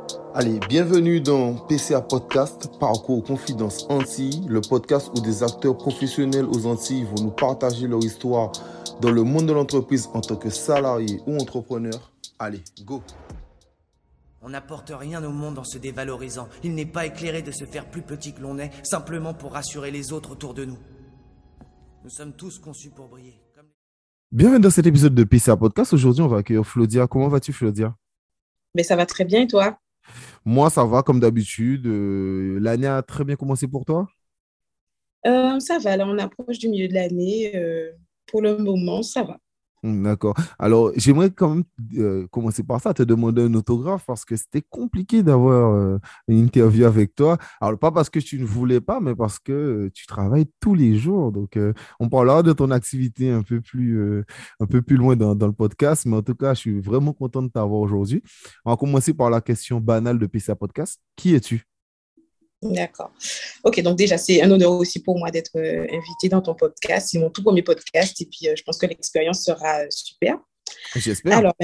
Allez, bienvenue dans PCA Podcast, Parcours Confidence Antilles, le podcast où des acteurs professionnels aux Antilles vont nous partager leur histoire dans le monde de l'entreprise en tant que salarié ou entrepreneur. Allez, go! On n'apporte rien au monde en se dévalorisant. Il n'est pas éclairé de se faire plus petit que l'on est, simplement pour rassurer les autres autour de nous. Nous sommes tous conçus pour briller. Bienvenue dans cet épisode de PCA Podcast. Aujourd'hui, on va accueillir Flodia. Comment vas-tu, Flodia? Mais ça va très bien, et toi? Moi, ça va comme d'habitude. L'année a très bien commencé pour toi? Ça va, là, on approche du milieu de l'année. Pour le moment, ça va. D'accord. Alors, j'aimerais quand même commencer par ça, te demander un autographe parce que c'était compliqué d'avoir une interview avec toi. Alors, pas parce que tu ne voulais pas, mais parce que tu travailles tous les jours. Donc, on parlera de ton activité un peu plus loin dans le podcast. Mais en tout cas, je suis vraiment content de t'avoir aujourd'hui. On va commencer par la question banale de PCA Podcast. Qui es-tu? D'accord. Ok, donc déjà, c'est un honneur aussi pour moi d'être invité dans ton podcast. C'est mon tout premier podcast et puis je pense que l'expérience sera super. J'espère. Alors,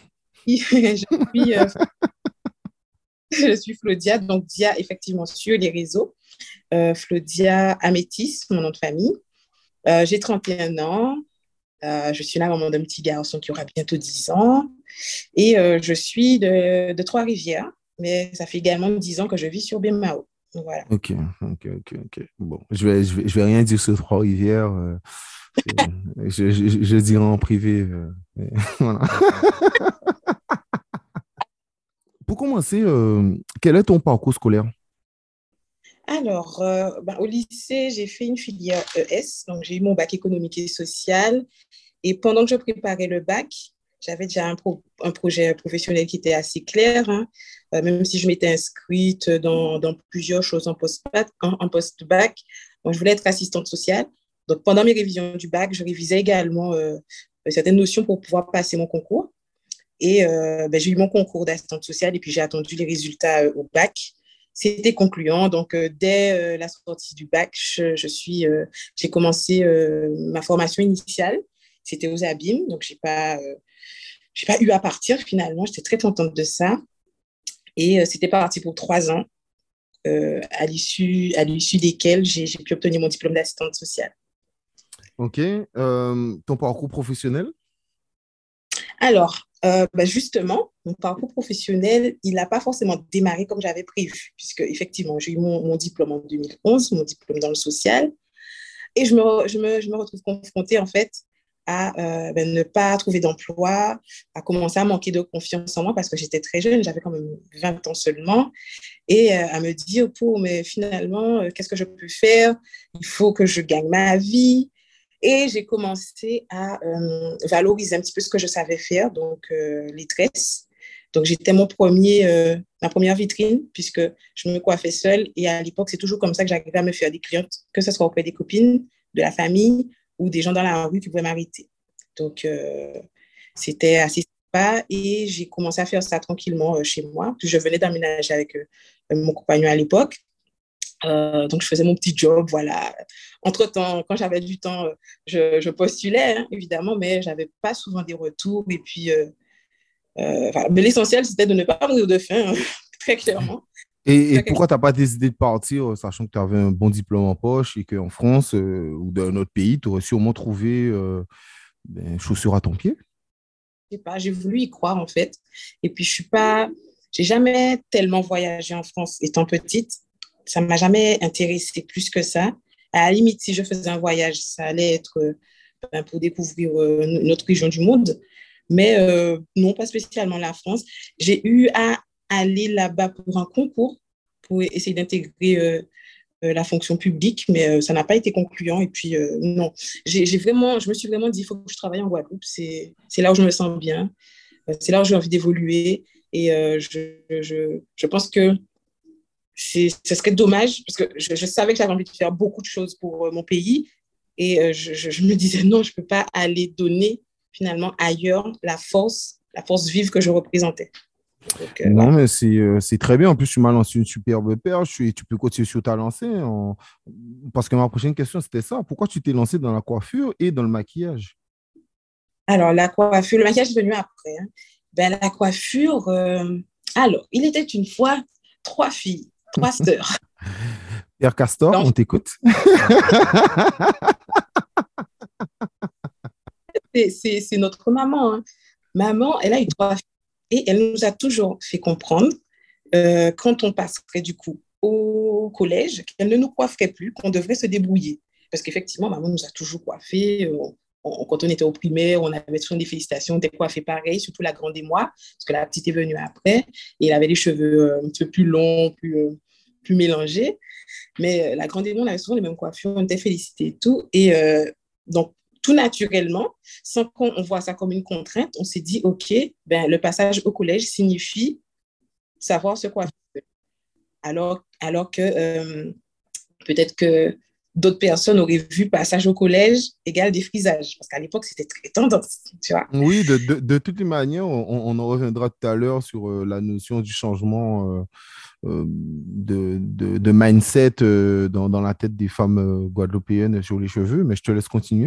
je suis Flodia, donc Dia, effectivement, sur les réseaux. Flodia Amétis, mon nom de famille. J'ai 31 ans. Je suis la maman d'un petit garçon qui aura bientôt 10 ans. Et je suis de Trois-Rivières, mais ça fait également 10 ans que je vis sur Bémao. Voilà. Ok. Bon, je vais rien dire sur Trois-Rivières. Je dirai en privé. Voilà. Pour commencer, quel est ton parcours scolaire? Alors, au lycée, j'ai fait une filière ES, donc j'ai eu mon bac économique et social. Et pendant que je préparais le bac, j'avais déjà un projet professionnel qui était assez clair, hein. Même si je m'étais inscrite dans plusieurs choses en post-bac. Moi, je voulais être assistante sociale. Donc, pendant mes révisions du bac, je révisais également certaines notions pour pouvoir passer mon concours. Et j'ai eu mon concours d'assistante sociale et puis j'ai attendu les résultats au bac. C'était concluant. Donc, dès la sortie du bac, j'ai commencé ma formation initiale. C'était aux Abîmes, donc j'ai pas eu à partir finalement. J'étais très contente de ça. Et c'était parti pour 3 ans, à l'issue desquels j'ai pu obtenir mon diplôme d'assistante sociale. Ok. Ton parcours professionnel? Alors, justement, mon parcours professionnel, il n'a pas forcément démarré comme j'avais prévu, puisque effectivement, j'ai eu mon diplôme en 2011, mon diplôme dans le social, et je me retrouve confrontée en fait à ne pas trouver d'emploi, à commencer à manquer de confiance en moi parce que j'étais très jeune, j'avais quand même 20 ans seulement, et à me dire, mais finalement, qu'est-ce que je peux faire? Il faut que je gagne ma vie. Et j'ai commencé à valoriser un petit peu ce que je savais faire, donc les tresses. Donc, j'étais ma première vitrine, puisque je me coiffais seule. Et à l'époque, c'est toujours comme ça que j'arrivais à me faire des clientes, que ce soit auprès des copines, de la famille ou des gens dans la rue qui pouvaient m'arrêter. Donc, c'était assez sympa. Et j'ai commencé à faire ça tranquillement chez moi. Je venais d'emménager avec mon compagnon à l'époque. Donc, je faisais mon petit job, voilà. Entre-temps, quand j'avais du temps, je postulais, hein, évidemment, mais je n'avais pas souvent des retours. Et puis, voilà. Mais l'essentiel, c'était de ne pas mourir de faim, hein, très clairement. Et pourquoi tu n'as pas décidé de partir, sachant que tu avais un bon diplôme en poche et qu'en France ou dans un autre pays, tu aurais sûrement trouvé chaussures à ton pied? Je sais pas, j'ai voulu y croire, en fait. Et puis, j'ai jamais tellement voyagé en France étant petite. Ça ne m'a jamais intéressée plus que ça. À la limite, si je faisais un voyage, ça allait être pour découvrir une autre région du monde. Mais non, pas spécialement la France. J'ai eu à aller là-bas pour un concours, pour essayer d'intégrer la fonction publique, mais ça n'a pas été concluant. Et puis, non, je me suis vraiment dit, il faut que je travaille en Guadeloupe. C'est là où je me sens bien. C'est là où j'ai envie d'évoluer. Et je pense que ce serait dommage parce que je savais que j'avais envie de faire beaucoup de choses pour mon pays et je me disais non, je ne peux pas aller donner finalement ailleurs la force vive que je représentais. Donc, Non, voilà. mais c'est très bien. En plus, tu m'as lancé une superbe perche et tu peux continuer sur ta lancée. Parce que ma prochaine question, c'était ça. Pourquoi tu t'es lancé dans la coiffure et dans le maquillage? Alors, la coiffure, le maquillage est venu après, hein. La coiffure, Alors, il était une fois trois filles, trois sœurs. Pierre Castor, Donc, on t'écoute. c'est notre maman, hein. Maman, elle a eu trois filles et elle nous a toujours fait comprendre quand on passerait du coup au collège, qu'elle ne nous coifferait plus, qu'on devrait se débrouiller. Parce qu'effectivement, maman nous a toujours coiffés. Quand on était au primaire, on avait toujours des félicitations, des coiffés pareils, surtout la grande et moi, parce que la petite est venue après, et elle avait les cheveux un petit peu plus longs, plus mélangés. Mais la grande et moi, on avait souvent les mêmes coiffures, on était félicités et tout. Et donc, tout naturellement, sans qu'on voit ça comme une contrainte, on s'est dit, OK, ben, le passage au collège signifie savoir se coiffer. Alors que peut-être que d'autres personnes auraient vu passage au collège égale défrisage. Parce qu'à l'époque, c'était très tendance, tu vois. Oui, de toutes les manières, on en reviendra tout à l'heure sur la notion du changement de mindset dans la tête des femmes guadeloupéennes sur les cheveux, mais je te laisse continuer.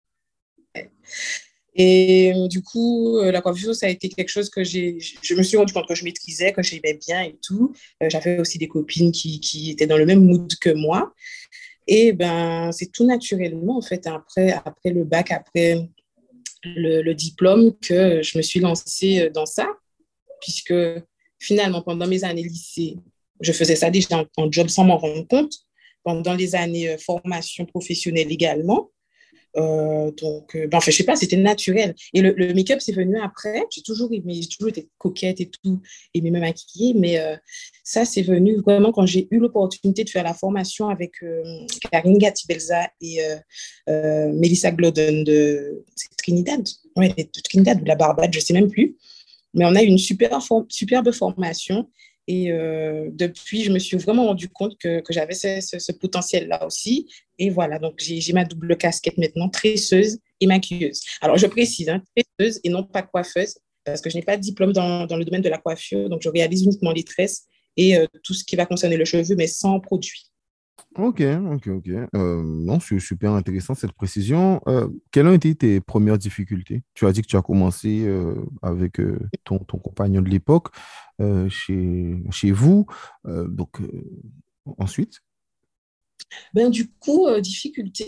Et du coup, la coiffure, ça a été quelque chose que je me suis rendu compte que je maîtrisais, que j'aimais bien et tout. J'avais aussi des copines qui étaient dans le même mood que moi. Et ben, c'est tout naturellement, en fait, après le bac, après le diplôme, que je me suis lancée dans ça, puisque finalement, pendant mes années lycée, je faisais ça déjà en job sans m'en rendre compte. Pendant les années formation professionnelle également. Ben, enfin, je sais pas, c'était naturel. Et le make-up, c'est venu après. J'ai toujours été coquette et tout, aimé me maquiller, mais ça, c'est venu vraiment quand j'ai eu l'opportunité de faire la formation avec Karine Gatti-Belza et Melissa Glodden de Trinidad. Ouais, de Trinidad ou de la Barbade, je sais même plus. Mais on a eu une superbe formation. Et depuis, je me suis vraiment rendu compte que j'avais ce potentiel-là aussi. Et voilà, donc j'ai ma double casquette maintenant, tresseuse et maquilleuse. Alors, je précise, hein, tresseuse et non pas coiffeuse, parce que je n'ai pas de diplôme dans le domaine de la coiffure. Donc, je réalise uniquement les tresses et tout ce qui va concerner le cheveu, mais sans produit. Ok, ok, ok. Non, c'est super intéressant cette précision. Quelles ont été tes premières difficultés? Tu as dit que tu as commencé avec ton compagnon de l'époque chez vous. Ensuite? Ben, du coup, difficulté.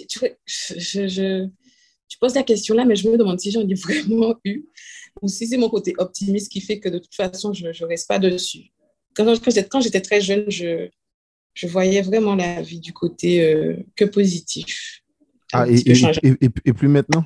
Tu poses la question là, mais je me demande si j'en ai vraiment eu ou si c'est mon côté optimiste qui fait que de toute façon, je ne reste pas dessus. Quand j'étais très jeune, je voyais vraiment la vie du côté que positif. Un Ah, petit peu changé. et plus maintenant?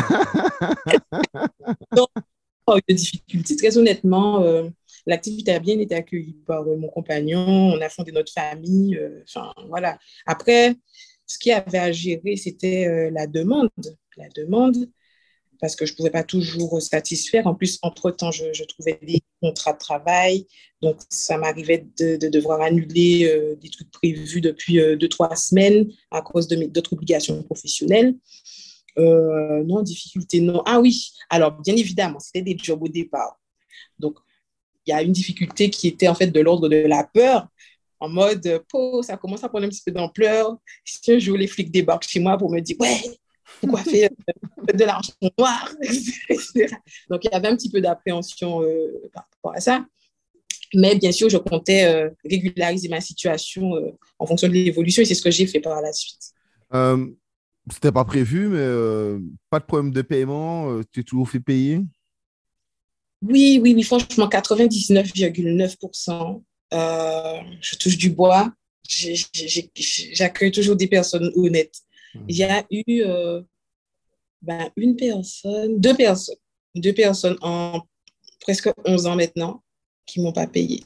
Non, pas eu de difficultés. Très honnêtement, l'activité a bien été accueillie par mon compagnon. On a fondé notre famille. Enfin, voilà. Après, ce qu'il y avait à gérer, c'était la demande. La demande, parce que je ne pouvais pas toujours satisfaire. En plus, entre-temps, je trouvais des contrats de travail. Donc, ça m'arrivait de devoir annuler des trucs prévus depuis 2, 3 semaines à cause de d'autres obligations professionnelles. Non, difficulté, non. Ah oui, alors bien évidemment, c'était des jobs au départ. Donc, il y a une difficulté qui était en fait de l'ordre de la peur, en mode, ça commence à prendre un petit peu d'ampleur. Si un jour les flics débarquent chez moi pour me dire, ouais, pourquoi faire de l'argent noir? Donc, il y avait un petit peu d'appréhension par rapport à ça. Mais bien sûr, je comptais régulariser ma situation en fonction de l'évolution et c'est ce que j'ai fait par la suite. Euh, C'était pas prévu, mais pas de problème de paiement. Tu es toujours fait payer? Oui, oui, oui, franchement, 99,9%. Je touche du bois. J'accueille toujours des personnes honnêtes. Il y a eu ben, deux personnes en presque 11 ans maintenant qui ne m'ont pas payé.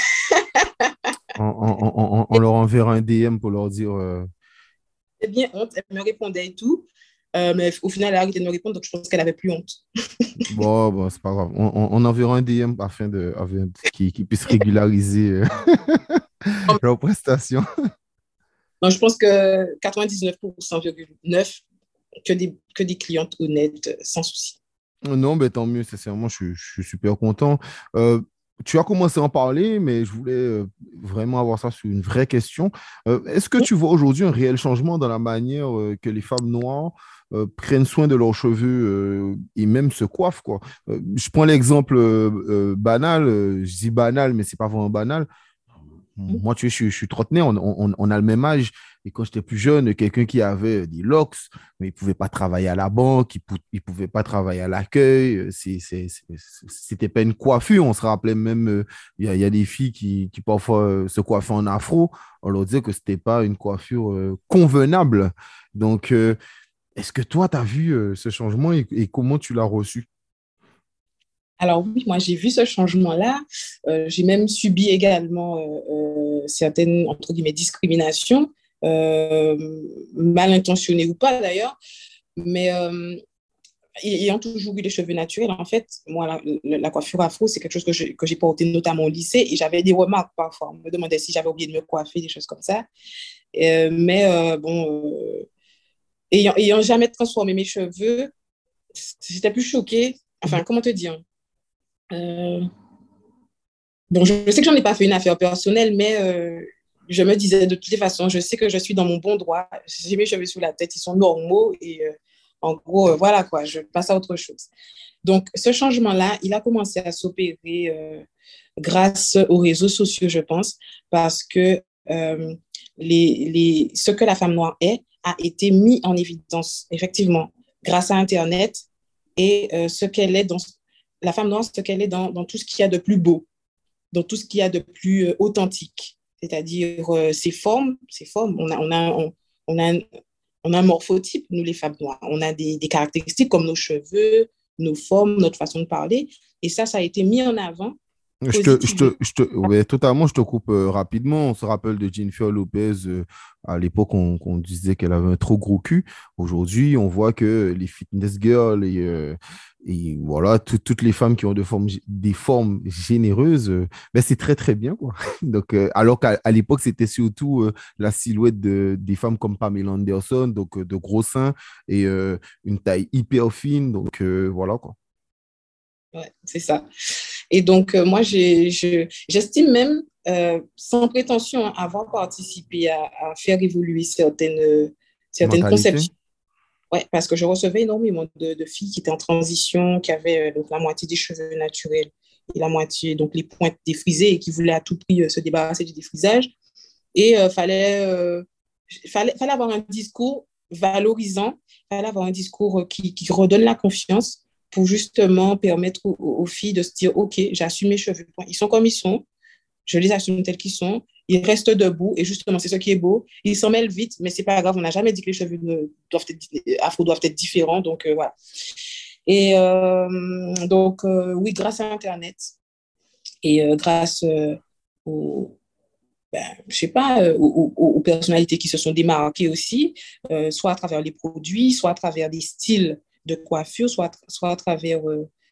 On leur enverra un DM pour leur dire C'est bien honte, elle me répondait et tout. Mais au final, elle a arrêté de me répondre, donc je pense qu'elle avait plus honte. bon, c'est pas grave. On enverra un DM afin qu'ils puissent régulariser leurs prestations. Donc, je pense que 99,9% que des clientes honnêtes, sans souci. Non, mais tant mieux, sincèrement, je suis super content. tu as commencé à en parler, mais je voulais vraiment avoir ça sur une vraie question. Est-ce que tu vois aujourd'hui un réel changement dans la manière que les femmes noires prennent soin de leurs cheveux et même se coiffent, quoi? Je prends l'exemple banal, je dis banal, mais c'est pas vraiment banal. Moi, tu sais, je suis trentenaire, on a le même âge. Et quand j'étais plus jeune, quelqu'un qui avait des locks, mais il ne pouvait pas travailler à la banque, il ne pouvait pas travailler à l'accueil. C'était pas une coiffure. On se rappelait même, il y a des filles qui parfois se coiffaient en afro. On leur disait que ce n'était pas une coiffure convenable. Donc, est-ce que toi, tu as vu ce changement et comment tu l'as reçu? Alors oui, moi j'ai vu ce changement-là. J'ai même subi également certaines, entre guillemets, discriminations, euh, mal intentionnées ou pas d'ailleurs. Mais ayant toujours eu les cheveux naturels, en fait, moi, la coiffure afro, c'est quelque chose que j'ai porté notamment au lycée et j'avais des remarques parfois. On me demandait si j'avais oublié de me coiffer, des choses comme ça. Mais bon, ayant jamais transformé mes cheveux, j'étais plus choquée. Enfin, comment te dire? Euh, Bon, je sais que j'en ai pas fait une affaire personnelle, mais je me disais de toutes les façons, je sais que je suis dans mon bon droit. J'ai mes cheveux sous la tête, ils sont normaux et en gros, voilà quoi, je passe à autre chose. Donc, ce changement-là, il a commencé à s'opérer grâce aux réseaux sociaux, je pense, parce que ce que la femme noire est a été mis en évidence, effectivement, grâce à Internet et ce qu'elle est dans la femme noire, ce qu'elle est dans tout ce qu'il y a de plus beau dans tout ce qu'il y a de plus authentique, c'est-à-dire ses formes. On a, un, on a un morphotype, nous les femmes noires. On a des caractéristiques comme nos cheveux, nos formes, notre façon de parler. Et ça a été mis en avant positivement. Ouais, totalement, je te coupe rapidement. On se rappelle de Jennifer Lopez. À l'époque, on disait qu'elle avait un trop gros cul. Aujourd'hui, on voit que les fitness girls et voilà, toutes les femmes qui ont des formes généreuses, ben, c'est très, très bien, quoi. Donc, alors qu'à l'époque, c'était surtout la silhouette des femmes comme Pamela Anderson, donc de gros seins et une taille hyper fine. Donc, voilà, quoi. Ouais, c'est ça. Et donc, moi, j'estime même, sans prétention, avoir participé à faire évoluer certaines Mentalité. conceptions. Ouais, parce que je recevais énormément de filles qui étaient en transition, qui avaient donc la moitié des cheveux naturels et la moitié, donc les pointes défrisées et qui voulaient à tout prix se débarrasser du défrisage. Et fallait avoir un discours valorisant, fallait avoir un discours qui redonne la confiance pour justement permettre aux filles de se dire, OK, j'assume mes cheveux. Ils sont comme ils sont, je les assume tels qu'ils sont. Ils restent debout et justement, c'est ce qui est beau. Ils s'en mêlent vite, mais c'est pas grave. On n'a jamais dit que les cheveux afro doivent être différents. Donc, voilà. Et donc, oui, grâce à Internet et grâce aux, je sais pas, aux personnalités qui se sont démarquées aussi, soit à travers les produits, soit à travers des styles de coiffure, soit à travers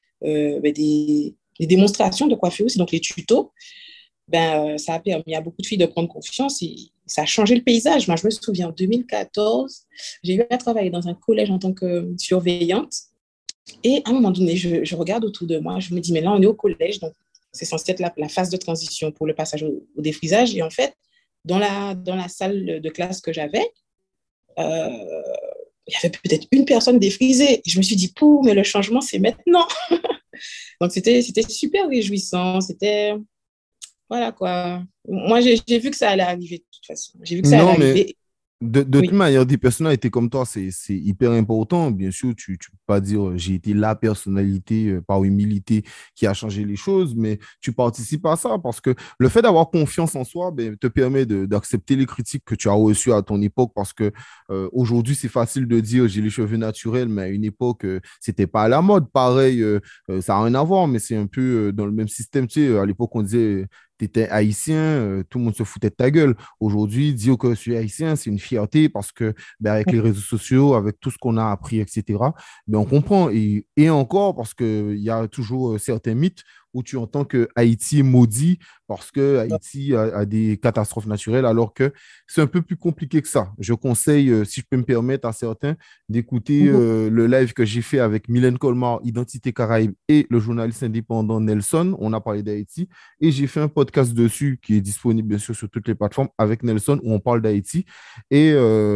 des démonstrations de coiffure aussi, donc les tutos. Ça a permis à beaucoup de filles de prendre confiance et ça a changé le paysage. Moi, je me souviens, en 2014, j'ai eu à travailler dans un collège en tant que surveillante. Et à un moment donné, je regarde autour de moi, je me dis, mais là, on est au collège, donc c'est censé être la phase de transition pour le passage au défrisage. Et en fait, dans la salle de classe que j'avais, euh, il y avait peut-être une personne défrisée. Et je me suis dit, pouh, mais le changement, c'est maintenant. Donc, c'était super réjouissant. C'était, voilà quoi. Moi, j'ai vu que ça allait arriver de toute façon. J'ai vu que ça allait Non, mais arriver. de toute Oui. manière, des personnalités comme toi, c'est hyper important. Bien sûr, tu peux pas dire j'ai été la personnalité par humilité qui a changé les choses, mais tu participes à ça parce que le fait d'avoir confiance en soi ben, te permet d'accepter les critiques que tu as reçues à ton époque parce que aujourd'hui, c'est facile de dire j'ai les cheveux naturels, mais à une époque, c'était pas à la mode. Pareil, ça n'a rien à voir, mais c'est un peu dans le même système. Tu sais, à l'époque, on disait tu étais haïtien, tout le monde se foutait de ta gueule. Aujourd'hui, dire que je suis haïtien, c'est une fierté parce que ben, avec les réseaux sociaux, avec tout ce qu'on a appris, etc., ben, on comprend. Et encore, parce qu'il y a toujours certains mythes où tu entends que Haïti est maudit parce que Haïti a des catastrophes naturelles, alors que c'est un peu plus compliqué que ça. Je conseille, si je peux me permettre à certains, d'écouter Mhm. le live que j'ai fait avec Mylène Colmar, Identité Caraïbe, et le journaliste indépendant Nelson. On a parlé d'Haïti. Et j'ai fait un podcast dessus qui est disponible, bien sûr, sur toutes les plateformes avec Nelson, où on parle d'Haïti. Et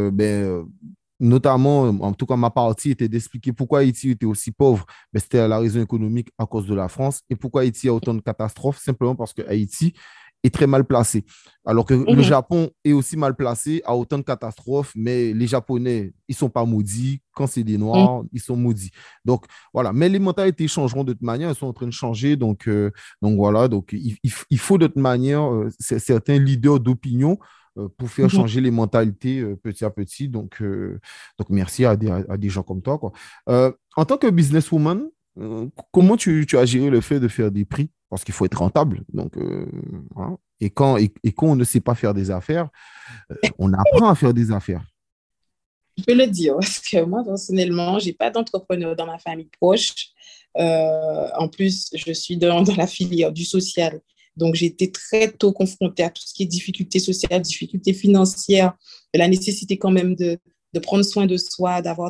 notamment, en tout cas, ma partie était d'expliquer pourquoi Haïti était aussi pauvre. Mais c'était la raison économique à cause de la France. Et pourquoi Haïti a autant de catastrophes, simplement parce que Haïti est très mal placé. Alors que le Mhm. Japon est aussi mal placé, a autant de catastrophes, mais les Japonais, ils ne sont pas maudits. Quand c'est des Mhm. Noirs, ils sont maudits. Donc, voilà. Mais les mentalités changeront de toute manière, elles sont en train de changer. Donc voilà. Donc, il faut de toute manière certains leaders d'opinion pour faire Mhm. changer les mentalités petit à petit. Donc merci à des gens comme toi, quoi. En tant que businesswoman, comment tu as géré le fait de faire des prix? Parce qu'il faut être rentable. Voilà. Et quand on ne sait pas faire des affaires, on apprend à faire des affaires. Je peux le dire parce que moi, personnellement, j'ai pas d'entrepreneur dans ma famille proche. En plus, je suis dans la filière du social. Donc, j'ai été très tôt confrontée à tout ce qui est difficultés sociales, difficultés financières, la nécessité quand même de prendre soin de soi, d'avoir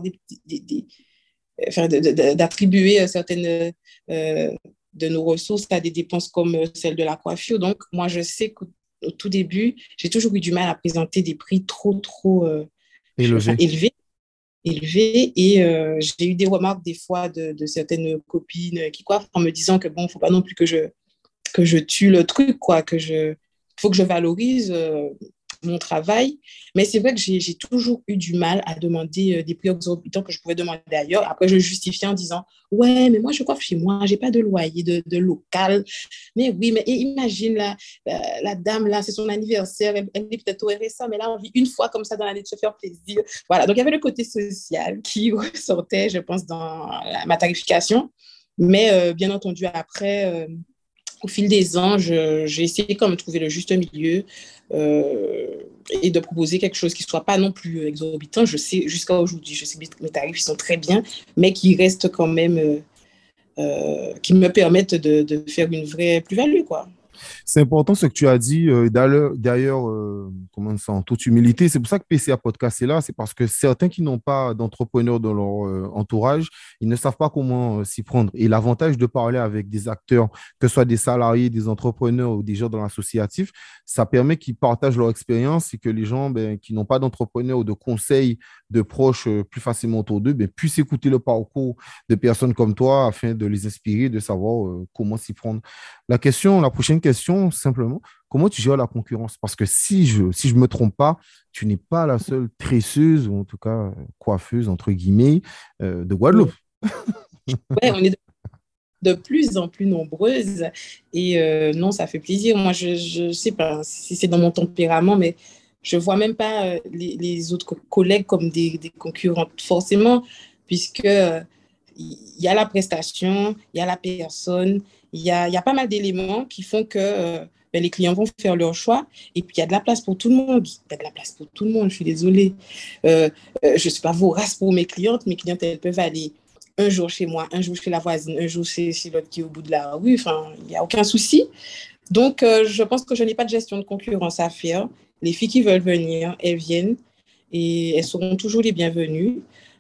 enfin, d'attribuer certaines euh, de nos ressources à des dépenses comme celle de la coiffure. Donc, moi, je sais qu'au tout début, j'ai toujours eu du mal à présenter des prix trop enfin, Élevé. élevés. Et j'ai eu des remarques des fois de certaines copines qui coiffent en me disant que bon, il ne faut pas non plus que je tue le truc, quoi, faut que je valorise mon travail. Mais c'est vrai que j'ai toujours eu du mal à demander des prix exorbitants que je pouvais demander ailleurs. Après, je justifiais en disant, ouais, mais moi, je coiffe chez moi, j'ai pas de loyer, de local. Mais oui, mais imagine, la dame, là, c'est son anniversaire, elle est peut-être au RSA, mais là, on vit une fois comme ça dans l'année de se faire plaisir. Voilà, donc il y avait le côté social qui ressortait, je pense, dans ma tarification. Mais bien entendu, après, au fil des ans, j'ai essayé comme de trouver le juste milieu euh, et de proposer quelque chose qui ne soit pas non plus exorbitant. Je sais, jusqu'à aujourd'hui, je sais que mes tarifs sont très bien, mais qui restent quand même, qui me permettent de faire une vraie plus-value, quoi. C'est important ce que tu as dit. D'ailleurs, comment ça, en toute humilité, c'est pour ça que PCA Podcast est là. C'est parce que certains qui n'ont pas d'entrepreneurs dans leur entourage, ils ne savent pas comment s'y prendre. Et l'avantage de parler avec des acteurs, que ce soit des salariés, des entrepreneurs ou des gens dans l'associatif, ça permet qu'ils partagent leur expérience et que les gens ben, qui n'ont pas d'entrepreneurs ou de conseils de proches plus facilement autour d'eux ben, puissent écouter le parcours de personnes comme toi afin de les inspirer, de savoir comment s'y prendre. La prochaine question, simplement, comment tu gères la concurrence? Parce que si je me trompe pas, tu n'es pas la seule tresseuse, ou en tout cas coiffeuse, entre guillemets, de Guadeloupe. Ouais, on est de plus en plus nombreuses et non, ça fait plaisir. Moi, je sais pas si c'est dans mon tempérament, mais je vois même pas les autres collègues comme des concurrentes forcément, puisque il y a la prestation, il y a la personne, il y a pas mal d'éléments qui font que ben, les clients vont faire leur choix et puis il y a de la place pour tout le monde. Il y a de la place pour tout le monde, je suis désolée. Je ne suis pas vorace pour mes clientes, elles peuvent aller un jour chez moi, un jour chez la voisine, un jour chez l'autre qui est au bout de la rue. Enfin, il n'y a aucun souci. Donc, je pense que je n'ai pas de gestion de concurrence à faire. Les filles qui veulent venir, elles viennent et elles seront toujours les bienvenues.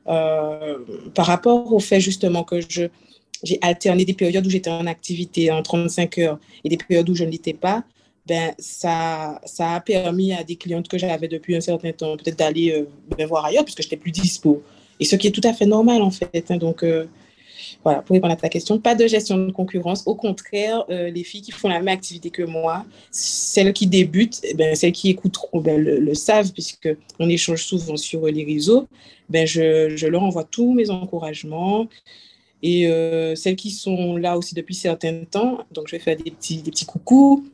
Euh, Par rapport au fait justement que j'ai alterné des périodes où j'étais en activité en 35 heures et des périodes où je ne l'étais pas, ben, ça a permis à des clientes que j'avais depuis un certain temps peut-être d'aller me voir ailleurs puisque je n'étais plus dispo. Et ce qui est tout à fait normal en fait. Hein. Donc, voilà, pour répondre à ta question, pas de gestion de concurrence. Au contraire, les filles qui font la même activité que moi, celles qui débutent, eh ben, celles qui écoutent ben, le savent, puisqu'on échange souvent sur les réseaux, ben, je leur envoie tous mes encouragements. Et celles qui sont là aussi depuis certains temps, donc je vais faire des petits coucous.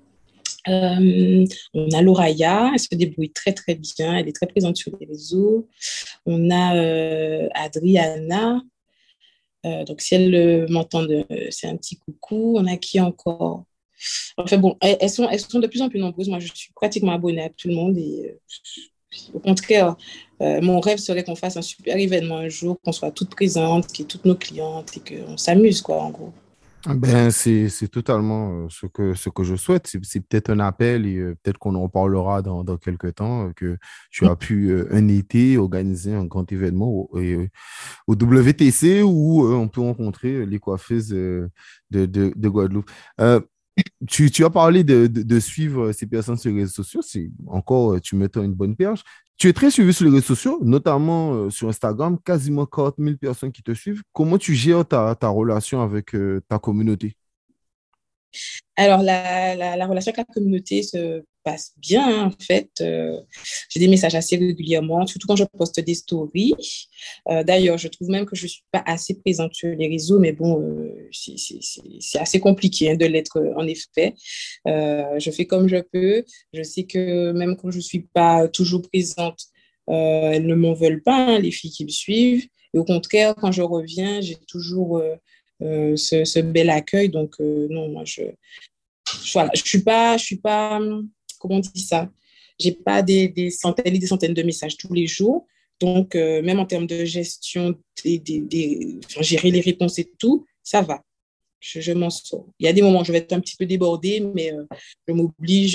On a Lauraya, elle se débrouille très très bien, elle est très présente sur les réseaux. On a Adriana, donc, si elles m'entendent, c'est un petit coucou. On a qui encore? Enfin bon, elles sont de plus en plus nombreuses. Moi, je suis pratiquement abonnée à tout le monde. Et au contraire, mon rêve serait qu'on fasse un super événement un jour, qu'on soit toutes présentes, qu'il y ait toutes nos clientes et qu'on s'amuse, quoi, en gros. Ben, c'est totalement ce que je souhaite. C'est peut-être un appel et peut-être qu'on en parlera dans quelques temps, que tu as pu un été organiser un grand événement au WTC où on peut rencontrer les coiffeuses de Guadeloupe. Euh, tu as parlé de suivre ces personnes sur les réseaux sociaux. C'est encore, tu me tends une bonne perche. Tu es très suivi sur les réseaux sociaux, notamment sur Instagram, quasiment 40 000 personnes qui te suivent. Comment tu gères ta relation avec ta communauté? Alors, la relation avec la communauté se passe bien, hein, en fait. J'ai des messages assez régulièrement, surtout quand je poste des stories. D'ailleurs, je trouve même que je ne suis pas assez présente sur les réseaux, mais bon, c'est assez compliqué, hein, de l'être, en effet. Je fais comme je peux. Je sais que même quand je ne suis pas toujours présente, elles ne m'en veulent pas, hein, les filles qui me suivent. Et au contraire, quand je reviens, j'ai toujours ce bel accueil. Donc, non, moi, voilà, je suis pas, comment on dit ça? J'ai pas des centaines et des centaines de messages tous les jours. Donc, même en termes de gestion, enfin, gérer les réponses et tout, ça va. Je m'en sors. Il y a des moments où je vais être un petit peu débordée, mais je m'oblige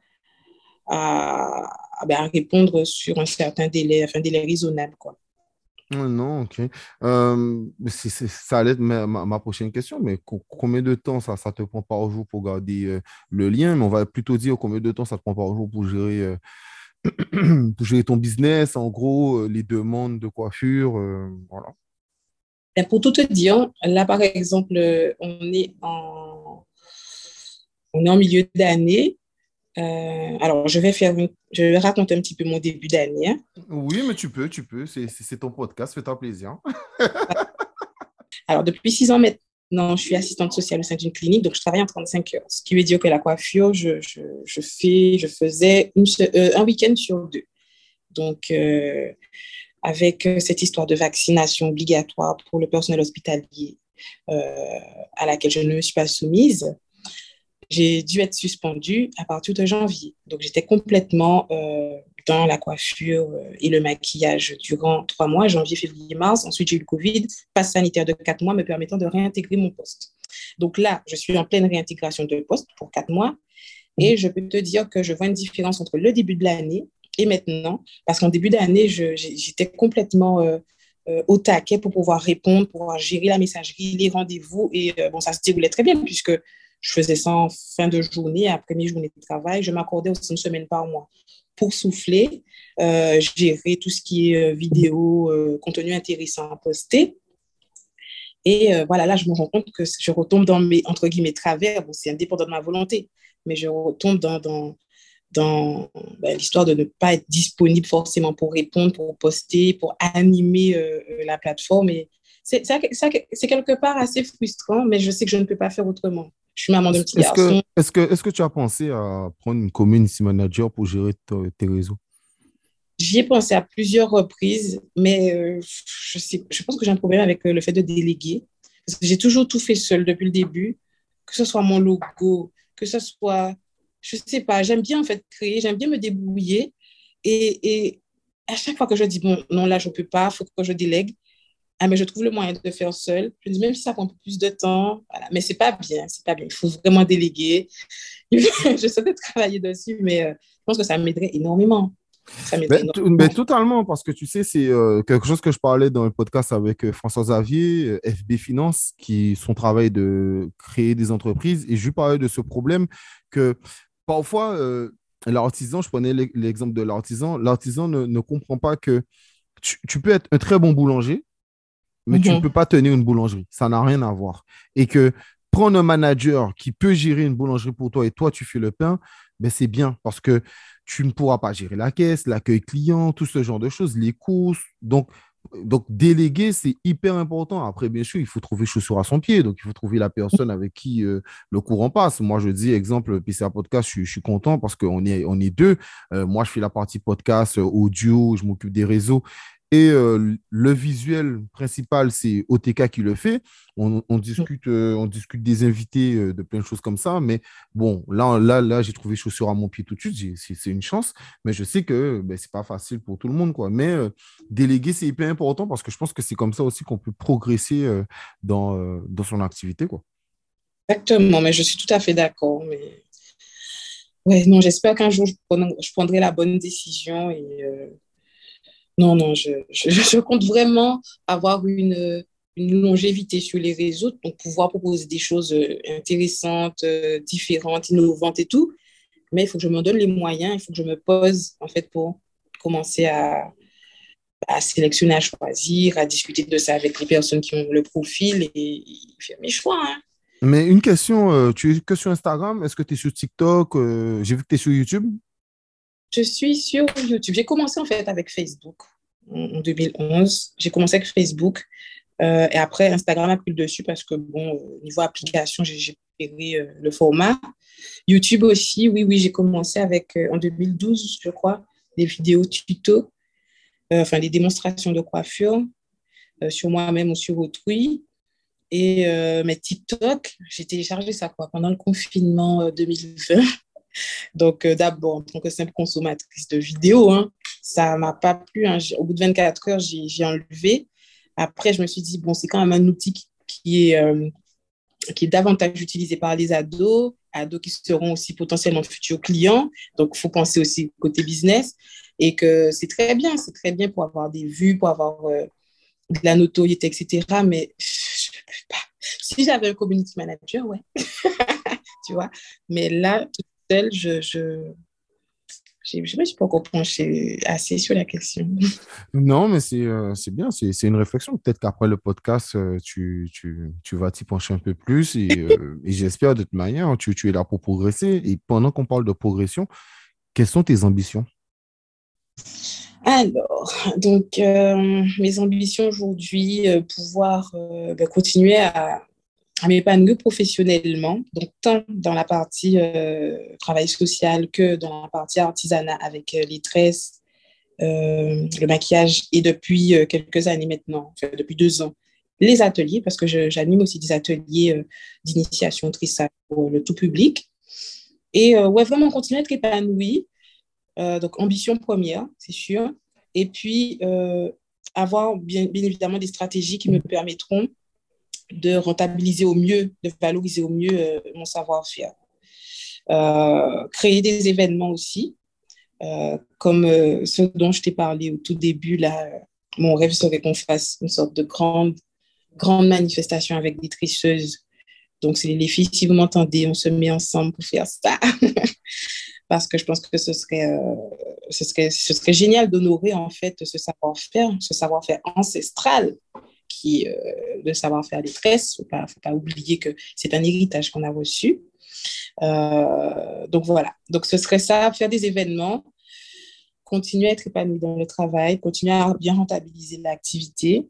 à répondre sur un certain délai, enfin, un délai raisonnable, quoi. Non, ok. Ça allait être ma prochaine question, mais combien de temps ça te prend par jour pour garder le lien? Mais on va plutôt dire combien de temps ça te prend par jour pour gérer ton business, en gros, les demandes de coiffure, voilà. Et pour tout te dire, là, par exemple, on est en milieu d'année. Alors, je vais raconter un petit peu mon début d'année, hein. Oui, mais tu peux, c'est ton podcast, fais-toi plaisir. Alors, depuis 6 ans maintenant, je suis assistante sociale au sein d'une clinique, donc je travaille en 35 heures. Ce qui veut dire que la coiffure, je faisais un week-end sur deux. Donc, avec cette histoire de vaccination obligatoire pour le personnel hospitalier, à laquelle je ne me suis pas soumise, j'ai dû être suspendue à partir de janvier. Donc, j'étais complètement dans la coiffure et le maquillage durant 3 mois, janvier, février, mars. Ensuite, j'ai eu le Covid, passe sanitaire de 4 mois me permettant de réintégrer mon poste. Donc là, je suis en pleine réintégration de poste pour 4 mois et je peux te dire que je vois une différence entre le début de l'année et maintenant, parce qu'en début d'année, j'étais complètement au taquet pour pouvoir répondre, pour pouvoir gérer la messagerie, les rendez-vous. Et bon, ça se déroulait très bien puisque je faisais ça en fin de journée, après mes journées de travail. Je m'accordais aussi une semaine par mois pour souffler, gérer tout ce qui est vidéo, contenu intéressant à poster. Et voilà, là, je me rends compte que je retombe dans mes, entre guillemets, travers. Bon, c'est indépendant de ma volonté, mais je retombe dans l'histoire de ne pas être disponible forcément pour répondre, pour poster, pour animer la plateforme. Et c'est quelque part assez frustrant, mais je sais que je ne peux pas faire autrement. Je suis maman d'un petit garçon. Est-ce que tu as pensé à prendre une community manager pour gérer tes réseaux? J'y ai pensé à plusieurs reprises, mais je pense que j'ai un problème avec le fait de déléguer. Parce que j'ai toujours tout fait seul depuis le début, que ce soit mon logo, que ce soit, je sais pas, j'aime bien en fait créer, j'aime bien me débrouiller. Et à chaque fois que je dis, bon, non, là, je ne peux pas, il faut que je délègue, ah, mais je trouve le moyen de le faire seul. Je dis, même si ça prend un peu plus de temps, voilà. Mais c'est pas bien, c'est pas bien. Il faut vraiment déléguer. Je sais travailler dessus, mais je pense que ça m'aiderait énormément. Ça m'aiderait Ben, énormément. totalement, parce que tu sais, c'est quelque chose que je parlais dans le podcast avec François Xavier, FB Finance, qui son travail de créer des entreprises. Et je lui parlais de ce problème que parfois, l'artisan, je prenais l'exemple de l'artisan, l'artisan ne comprend pas que tu peux être un très bon boulanger, mais tu ne peux Mhm. pas tenir une boulangerie. Ça n'a rien à voir. Et que prendre un manager qui peut gérer une boulangerie pour toi et toi, tu fais le pain, ben c'est bien parce que tu ne pourras pas gérer la caisse, l'accueil client, tout ce genre de choses, les courses. Donc déléguer, c'est hyper important. Après, bien sûr, il faut trouver chaussure à son pied. Donc, il faut trouver la personne avec qui le courant passe. Moi, je dis, exemple, PCA Podcast, je suis content parce on est deux. Moi, je fais la partie podcast, audio, je m'occupe des réseaux. Et le visuel principal, c'est OTK qui le fait. On discute des invités, de plein de choses comme ça. Mais bon, là j'ai trouvé chaussure à mon pied tout de suite. C'est une chance. Mais je sais que ben, ce n'est pas facile pour tout le monde, quoi. Mais déléguer, c'est hyper important parce que je pense que c'est comme ça aussi qu'on peut progresser dans son activité, quoi. Exactement, mais je suis tout à fait d'accord. Mais ouais, non, j'espère qu'un jour, je prendrai la bonne décision. Et non, non, je compte vraiment avoir une longévité sur les réseaux, donc pouvoir proposer des choses intéressantes, différentes, innovantes et tout. Mais il faut que je me donne les moyens, il faut que je me pose, en fait, pour commencer à sélectionner, à choisir, à discuter de ça avec les personnes qui ont le profil et faire mes choix, hein. Mais une question, tu es que sur Instagram? Est-ce que tu es sur TikTok? J'ai vu que tu es sur YouTube. Je suis sur YouTube. J'ai commencé en fait avec Facebook en 2011. J'ai commencé avec Facebook et après Instagram a pris le dessus parce que bon, niveau application, j'ai préféré le format. YouTube aussi, oui, oui, j'ai commencé avec en 2012, je crois, des vidéos tuto, enfin des démonstrations de coiffure sur moi-même ou sur autrui. Et mais TikTok, j'ai téléchargé ça quoi, pendant le confinement 2020. Donc, d'abord, en tant que simple consommatrice de vidéos, hein, ça ne m'a pas plu, hein. Au bout de 24 heures, j'ai enlevé. Après, je me suis dit, bon, c'est quand même un outil qui est davantage utilisé par les ados qui seront aussi potentiellement futurs clients. Donc, il faut penser aussi côté business et que c'est très bien pour avoir des vues, pour avoir de la notoriété, etc. Mais je ne peux pas. Si j'avais un community manager, ouais, tu vois. Mais là, toute seule, je me suis pas encore penchée assez sur la question. Non, mais c'est bien, c'est une réflexion. Peut-être qu'après le podcast, tu vas t'y pencher un peu plus et j'espère de toute manière, tu es là pour progresser. Et pendant qu'on parle de progression, quelles sont tes ambitions? Alors, donc, mes ambitions aujourd'hui, pouvoir continuer à m'épanouir professionnellement, donc tant dans la partie travail social que dans la partie artisanat avec les tresses, le maquillage et depuis quelques années maintenant, enfin, depuis 2 ans, les ateliers, parce que j'anime aussi des ateliers d'initiation trissage pour le tout public. Et ouais, vraiment continuer à être épanouie. Donc, ambition première, c'est sûr. Et puis, avoir bien évidemment des stratégies qui me permettront de rentabiliser au mieux, de valoriser au mieux mon savoir-faire. Créer des événements aussi, comme ce dont je t'ai parlé au tout début. Là, mon rêve serait qu'on fasse une sorte de grande manifestation avec des tricheuses. Donc, c'est les filles, si vous m'entendez, on se met ensemble pour faire ça. Parce que je pense que ce serait génial d'honorer en fait ce savoir-faire ancestral qui est le savoir-faire des tresses. Faut pas oublier que c'est un héritage qu'on a reçu. Donc voilà, donc ce serait ça, faire des événements, continuer à être épanoui dans le travail, continuer à bien rentabiliser l'activité.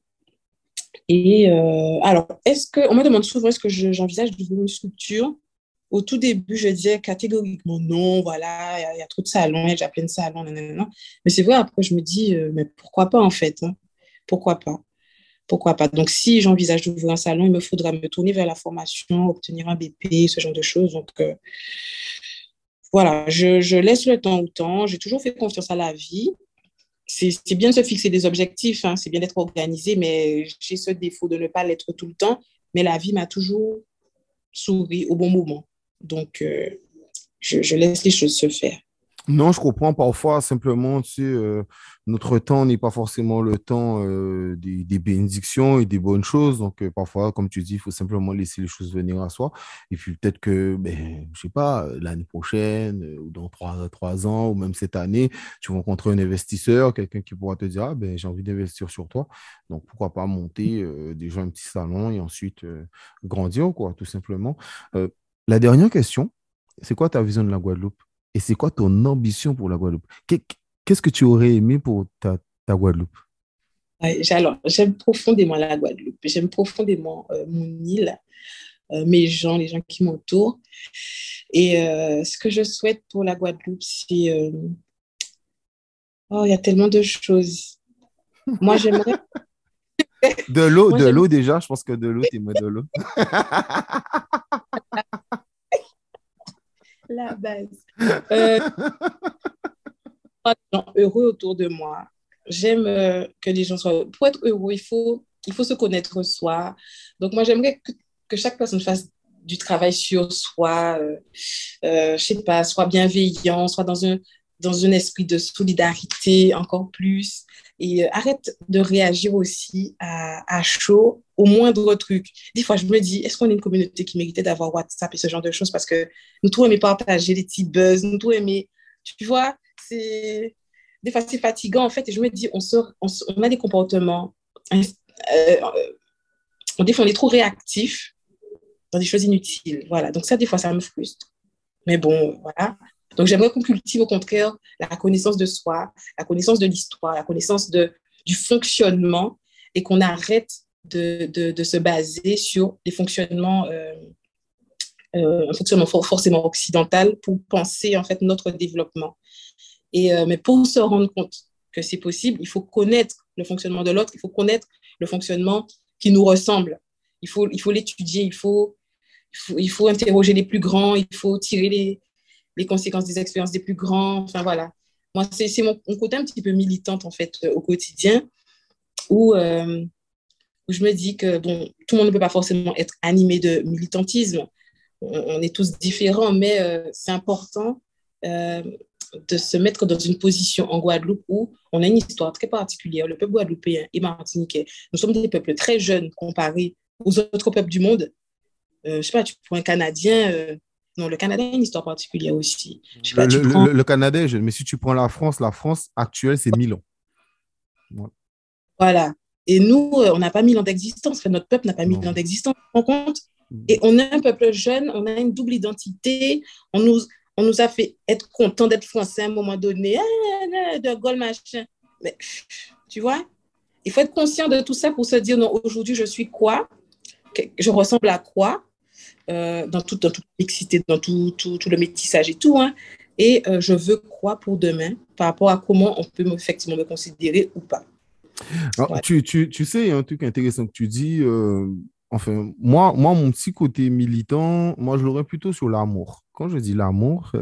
Et alors, on me demande souvent, est-ce que j'envisage d'ouvrir une structure? Au tout début, je disais catégoriquement non, voilà, il y a trop de salons, il y a déjà plein de salons, nanana. Mais c'est vrai, après, je me dis, mais pourquoi pas en fait, hein? Pourquoi pas? Pourquoi pas? Donc, si j'envisage d'ouvrir un salon, il me faudra me tourner vers la formation, obtenir un BP, ce genre de choses. Donc, voilà, je laisse le temps au temps. J'ai toujours fait confiance à la vie. C'est bien de se fixer des objectifs, hein, c'est bien d'être organisé, mais j'ai ce défaut de ne pas l'être tout le temps. Mais la vie m'a toujours souri au bon moment. Donc, je laisse les choses se faire. Non, je comprends parfois simplement, tu sais, notre temps n'est pas forcément le temps des bénédictions et des bonnes choses. Donc, parfois, comme tu dis, il faut simplement laisser les choses venir à soi. Et puis, peut-être que, ben, je sais pas, l'année prochaine, ou dans trois ans, ou même cette année, tu vas rencontrer un investisseur, quelqu'un qui pourra te dire, ah, ben, j'ai envie d'investir sur toi. Donc, pourquoi pas monter déjà un petit salon et ensuite grandir, quoi, tout simplement. Euh, la dernière question, c'est quoi ta vision de la Guadeloupe? Et c'est quoi ton ambition pour la Guadeloupe? Qu'est-ce que tu aurais aimé pour ta Guadeloupe? Ouais, alors, j'aime profondément la Guadeloupe. J'aime profondément mon île, mes gens, les gens qui m'entourent. Et ce que je souhaite pour la Guadeloupe, c'est... oh, il y a tellement de choses. Moi, j'aimerais... Moi, De j'aime l'eau déjà, je pense que de l'eau, tu aimerais de l'eau. la base. Euh, des gens heureux autour de moi. J'aime que les gens soient... Pour être heureux, il faut se connaître soi. Donc, moi, j'aimerais que chaque personne fasse du travail sur soi, je sais pas, soit bienveillant, soit dans un esprit de solidarité encore plus. Et arrête de réagir aussi à chaud au moindre truc. Des fois, je me dis, est-ce qu'on est une communauté qui méritait d'avoir WhatsApp et ce genre de choses? Parce que nous tous aimons partager les petits buzz, nous tous aimons, tu vois, des fois c'est fatigant en fait. Et je me dis, on a des comportements, des fois on est trop réactif dans des choses inutiles. Voilà, donc ça, des fois, ça me frustre. Mais bon, voilà. Donc, j'aimerais qu'on cultive au contraire la connaissance de soi, la connaissance de l'histoire, la connaissance du fonctionnement et qu'on arrête de se baser sur des fonctionnements, un fonctionnement forcément occidental pour penser en fait notre développement. Mais pour se rendre compte que c'est possible, il faut connaître le fonctionnement de l'autre, il faut connaître le fonctionnement qui nous ressemble. Il faut l'étudier, il faut interroger les plus grands, il faut tirer les conséquences des expériences des plus grands. Enfin, voilà. Moi, c'est mon côté un petit peu militante, en fait, au quotidien, où je me dis que, bon, tout le monde ne peut pas forcément être animé de militantisme. On est tous différents, mais c'est important de se mettre dans une position en Guadeloupe où on a une histoire très particulière. Le peuple guadeloupéen et martiniquais, nous sommes des peuples très jeunes comparés aux autres peuples du monde. Je sais pas, tu prends un Canadien, non, le Canada a une histoire particulière aussi. Je sais pas, tu prends. Le Canada est jeune, mais si tu prends la France actuelle, c'est 1000 ans. Ouais. Voilà. Et nous, on n'a pas 1000 ans d'existence. Enfin, notre peuple n'a pas 1000 ans d'existence, tu te rends compte? Et on est un peuple jeune, on a une double identité. On nous a fait être content d'être français à un moment donné. De Gaulle, machin. Mais tu vois, il faut être conscient de tout ça pour se dire, non, aujourd'hui, je suis quoi? Je ressemble à quoi? Dans toute l'excité, dans tout le métissage et tout. Hein. Et je veux quoi pour demain par rapport à comment on peut effectivement me considérer ou pas. Alors, Ouais. tu sais, il y a un truc intéressant que tu dis. Enfin, moi, mon petit côté militant, moi, je l'aurais plutôt sur l'amour. Quand je dis l'amour,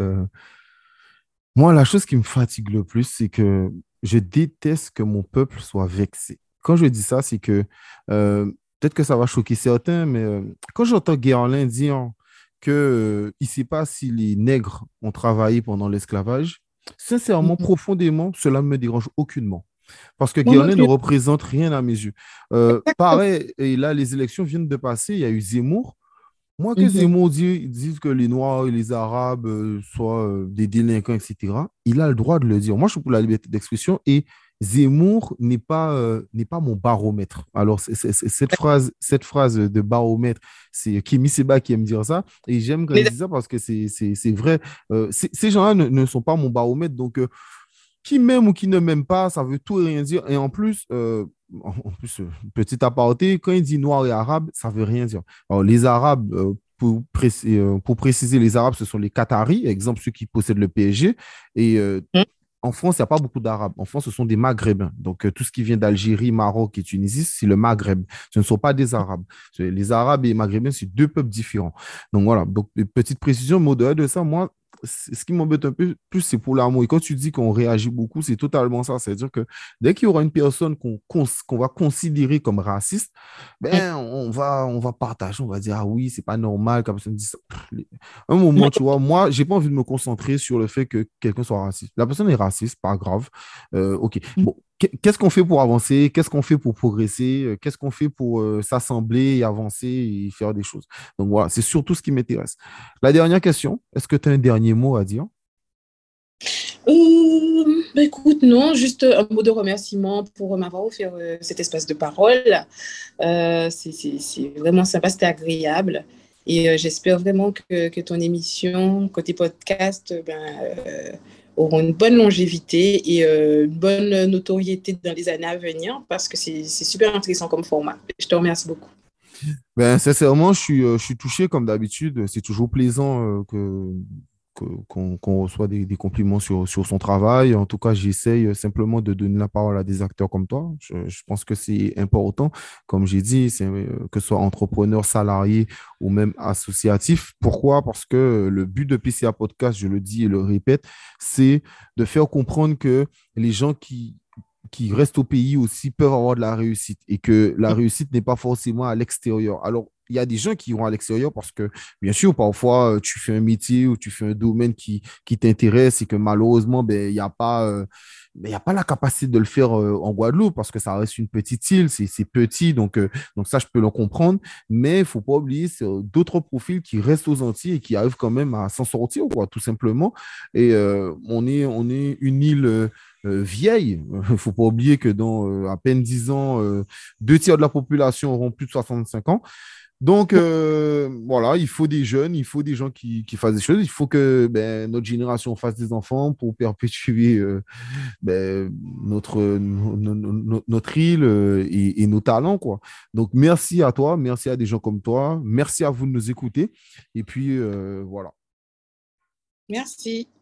moi, la chose qui me fatigue le plus, c'est que je déteste que mon peuple soit vexé. Quand je dis ça, c'est que peut-être que ça va choquer certains, mais quand j'entends Guerlain dire que il ne sait pas si les nègres ont travaillé pendant l'esclavage, sincèrement, Mm-hmm. profondément, cela ne me dérange aucunement. Parce que Moi non Guerlain ne plus. représente rien à mes yeux. Pareil, et là, les élections viennent de passer, il y a eu Zemmour. Moi, que Mm-hmm. Zemmour disent que les Noirs et les Arabes soient des délinquants, etc., il a le droit de le dire. Moi, je suis pour la liberté d'expression et Zemmour n'est pas mon baromètre. Alors, cette phrase de baromètre, c'est Kémy Seba qui aime dire ça. Et j'aime quand il dit ça parce que c'est vrai. Ces gens-là ne sont pas mon baromètre. Donc, qui m'aime ou qui ne m'aime pas, ça veut tout et rien dire. Et en plus, petit aparté, quand il dit noir et arabe, ça veut rien dire. Alors, les Arabes, pour préciser, les Arabes, ce sont les Qataris, exemple ceux qui possèdent le PSG. Et en France, il n'y a pas beaucoup d'Arabes. En France, ce sont des Maghrébins. Donc, tout ce qui vient d'Algérie, Maroc et Tunisie, c'est le Maghreb. Ce ne sont pas des Arabes. Les Arabes et les Maghrébins, c'est deux peuples différents. Donc, voilà. Donc, petite précision, mais au-delà de ça, moi, ce qui m'embête un peu plus, c'est pour l'amour. Et quand tu dis qu'on réagit beaucoup, c'est totalement ça. C'est-à-dire que dès qu'il y aura une personne qu'on va considérer comme raciste, ben, on va partager, on va dire, ah oui, c'est pas normal qu'une personne dise ça. Un moment, tu vois, moi, j'ai pas envie de me concentrer sur le fait que quelqu'un soit raciste. La personne est raciste, pas grave. Ok. Bon, qu'est-ce qu'on fait pour avancer? Qu'est-ce qu'on fait pour progresser? Qu'est-ce qu'on fait pour s'assembler et avancer et faire des choses? Donc voilà, c'est surtout ce qui m'intéresse. La dernière question, est-ce que tu as un dernier mot à dire? Écoute, non, juste un mot de remerciement pour m'avoir offert cet espace de parole. C'est vraiment sympa, c'était agréable. Et j'espère vraiment que ton émission, côté podcast, auront une bonne longévité et une bonne notoriété dans les années à venir parce que c'est super intéressant comme format. Je te remercie beaucoup. Ben, sincèrement, je suis touché comme d'habitude. C'est toujours plaisant qu'on reçoit des compliments sur son travail. En tout cas, j'essaye simplement de donner la parole à des acteurs comme toi. Je pense que c'est important. Comme j'ai dit, que ce soit entrepreneur, salarié ou même associatif. Pourquoi? Parce que le but de PCA Podcast, je le dis et le répète, c'est de faire comprendre que les gens qui restent au pays aussi peuvent avoir de la réussite et que la réussite n'est pas forcément à l'extérieur. Alors, il y a des gens qui vont à l'extérieur parce que, bien sûr, parfois, tu fais un métier ou tu fais un domaine qui t'intéresse et que malheureusement, ben, il y a pas la capacité de le faire en Guadeloupe parce que ça reste une petite île, c'est petit, donc ça, je peux le comprendre. Mais il ne faut pas oublier c'est, d'autres profils qui restent aux Antilles et qui arrivent quand même à s'en sortir, quoi, tout simplement. Et on est une île vieille. Il ne faut pas oublier que dans à peine 10 ans, 2 tiers de la population auront plus de 65 ans. Donc, voilà, il faut des jeunes, il faut des gens qui fassent des choses. Il faut que ben, notre génération fasse des enfants pour perpétuer ben, notre île et nos talents, quoi. Donc, merci à toi, merci à des gens comme toi, merci à vous de nous écouter. Et puis, voilà. Merci.